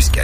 Jusqu'à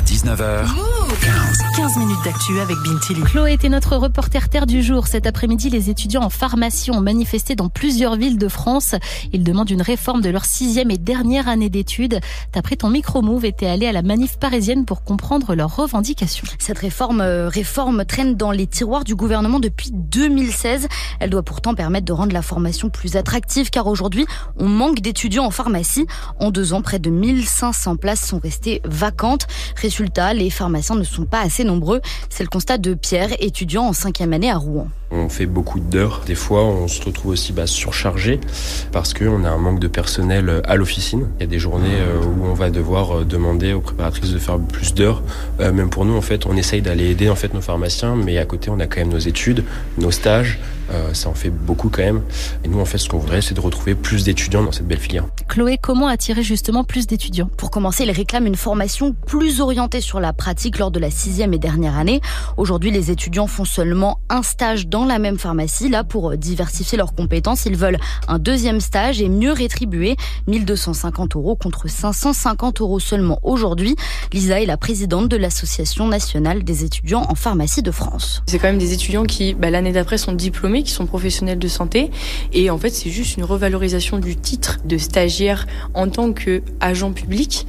19h15. 15 minutes d'actu avec Bintili. Chloé était notre reporter terre du jour. Cet après-midi, les étudiants en pharmacie ont manifesté dans plusieurs villes de France. Ils demandent une réforme de leur 6e et dernière année d'études. T'as pris ton micro-move et t'es allé à la manif parisienne pour comprendre leurs revendications. Cette réforme traîne dans les tiroirs du gouvernement depuis 2016. Elle doit pourtant permettre de rendre la formation plus attractive car aujourd'hui, on manque d'étudiants en pharmacie. En 2 ans, près de 1500 places sont restées vacantes. Résultat, les pharmaciens ne sont pas assez nombreux. C'est le constat de Pierre, étudiant en 5e année à Rouen. On fait beaucoup d'heures. Des fois, on se retrouve aussi surchargé parce qu'on a un manque de personnel à l'officine. Il y a des journées où on va devoir demander aux préparatrices de faire plus d'heures. Même pour nous, en fait, on essaye d'aller aider nos pharmaciens, mais à côté, on a quand même nos études, nos stages. Ça en fait beaucoup quand même. Et nous, en fait, ce qu'on voudrait, c'est de retrouver plus d'étudiants dans cette belle filière. Chloé, comment attirer justement plus d'étudiants ? Pour commencer, ils réclament une formation plus orientée sur la pratique lors de la 6e et dernière année. Aujourd'hui, les étudiants font seulement un stage dans la même pharmacie. Là, pour diversifier leurs compétences, ils veulent un 2e stage et mieux rétribué. 1 250 € contre 550 € seulement aujourd'hui. Lisa est la présidente de l'Association nationale des étudiants en pharmacie de France. C'est quand même des étudiants qui, l'année d'après, sont diplômés, qui sont professionnels de santé. Et en fait, c'est juste une revalorisation du titre de stagiaire en tant qu'agent public.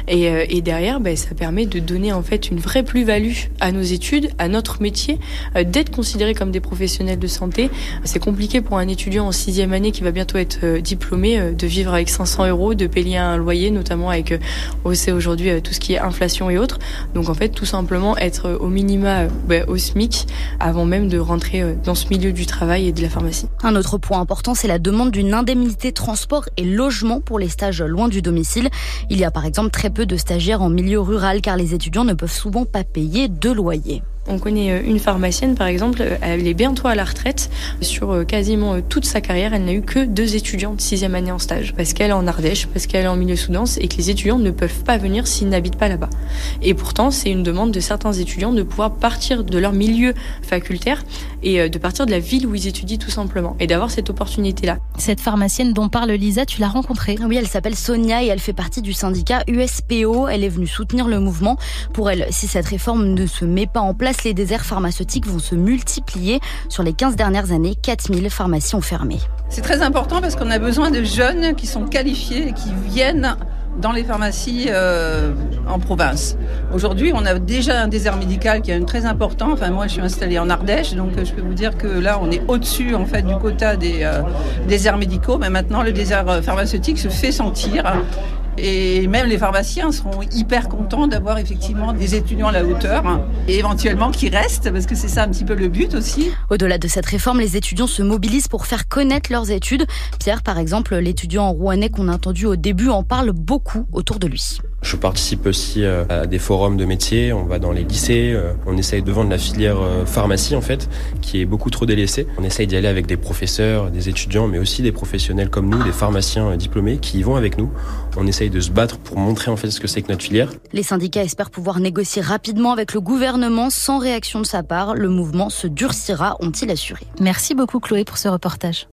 Et derrière, ça permet de donner en fait une vraie plus-value à nos études, à notre métier, d'être considérés comme des professionnels de santé. C'est compliqué pour un étudiant en 6e année qui va bientôt être diplômé de vivre avec 500 €, de payer un loyer, notamment avec, on sait aujourd'hui, tout ce qui est inflation et autres. Donc en fait, tout simplement être au minima au SMIC avant même de rentrer dans ce milieu du travail et de la pharmacie. Un autre point important, c'est la demande d'une indemnité transport et logement pour les stages loin du domicile. Il y a par exemple très peu de stagiaires en milieu rural car les étudiants ne peuvent souvent pas payer de loyer. On connaît une pharmacienne, par exemple, elle est bientôt à la retraite. Sur quasiment toute sa carrière, elle n'a eu que 2 étudiants de 6e année en stage. Parce qu'elle est en Ardèche, parce qu'elle est en milieu sous-dense et que les étudiants ne peuvent pas venir s'ils n'habitent pas là-bas. Et pourtant, c'est une demande de certains étudiants de pouvoir partir de leur milieu facultaire et de partir de la ville où ils étudient tout simplement. Et d'avoir cette opportunité-là. Cette pharmacienne dont parle Lisa, tu l'as rencontrée ? Oui, elle s'appelle Sonia et elle fait partie du syndicat USPO. Elle est venue soutenir le mouvement. Pour elle, si cette réforme ne se met pas en place, les déserts pharmaceutiques vont se multiplier. Sur les 15 dernières années, 4000 pharmacies ont fermé. C'est très important parce qu'on a besoin de jeunes qui sont qualifiés et qui viennent dans les pharmacies en province. Aujourd'hui, on a déjà un désert médical qui est très important. Enfin, moi, je suis installée en Ardèche, donc je peux vous dire que là, on est au-dessus en fait du quota des déserts médicaux. Mais maintenant, le désert pharmaceutique se fait sentir. Et même les pharmaciens seront hyper contents d'avoir effectivement des étudiants à la hauteur et éventuellement qui restent, parce que c'est ça un petit peu le but aussi. Au-delà de cette réforme, les étudiants se mobilisent pour faire connaître leurs études. Pierre, par exemple, l'étudiant rouennais qu'on a entendu au début, en parle beaucoup autour de lui. Je participe aussi à des forums de métiers, on va dans les lycées, on essaye de vendre la filière pharmacie en fait, qui est beaucoup trop délaissée. On essaye d'y aller avec des professeurs, des étudiants, mais aussi des professionnels comme nous, des pharmaciens diplômés qui y vont avec nous. On essaye de se battre pour montrer en fait ce que c'est que notre filière. Les syndicats espèrent pouvoir négocier rapidement avec le gouvernement sans réaction de sa part. Le mouvement se durcira, ont-ils assuré. Merci beaucoup Chloé pour ce reportage.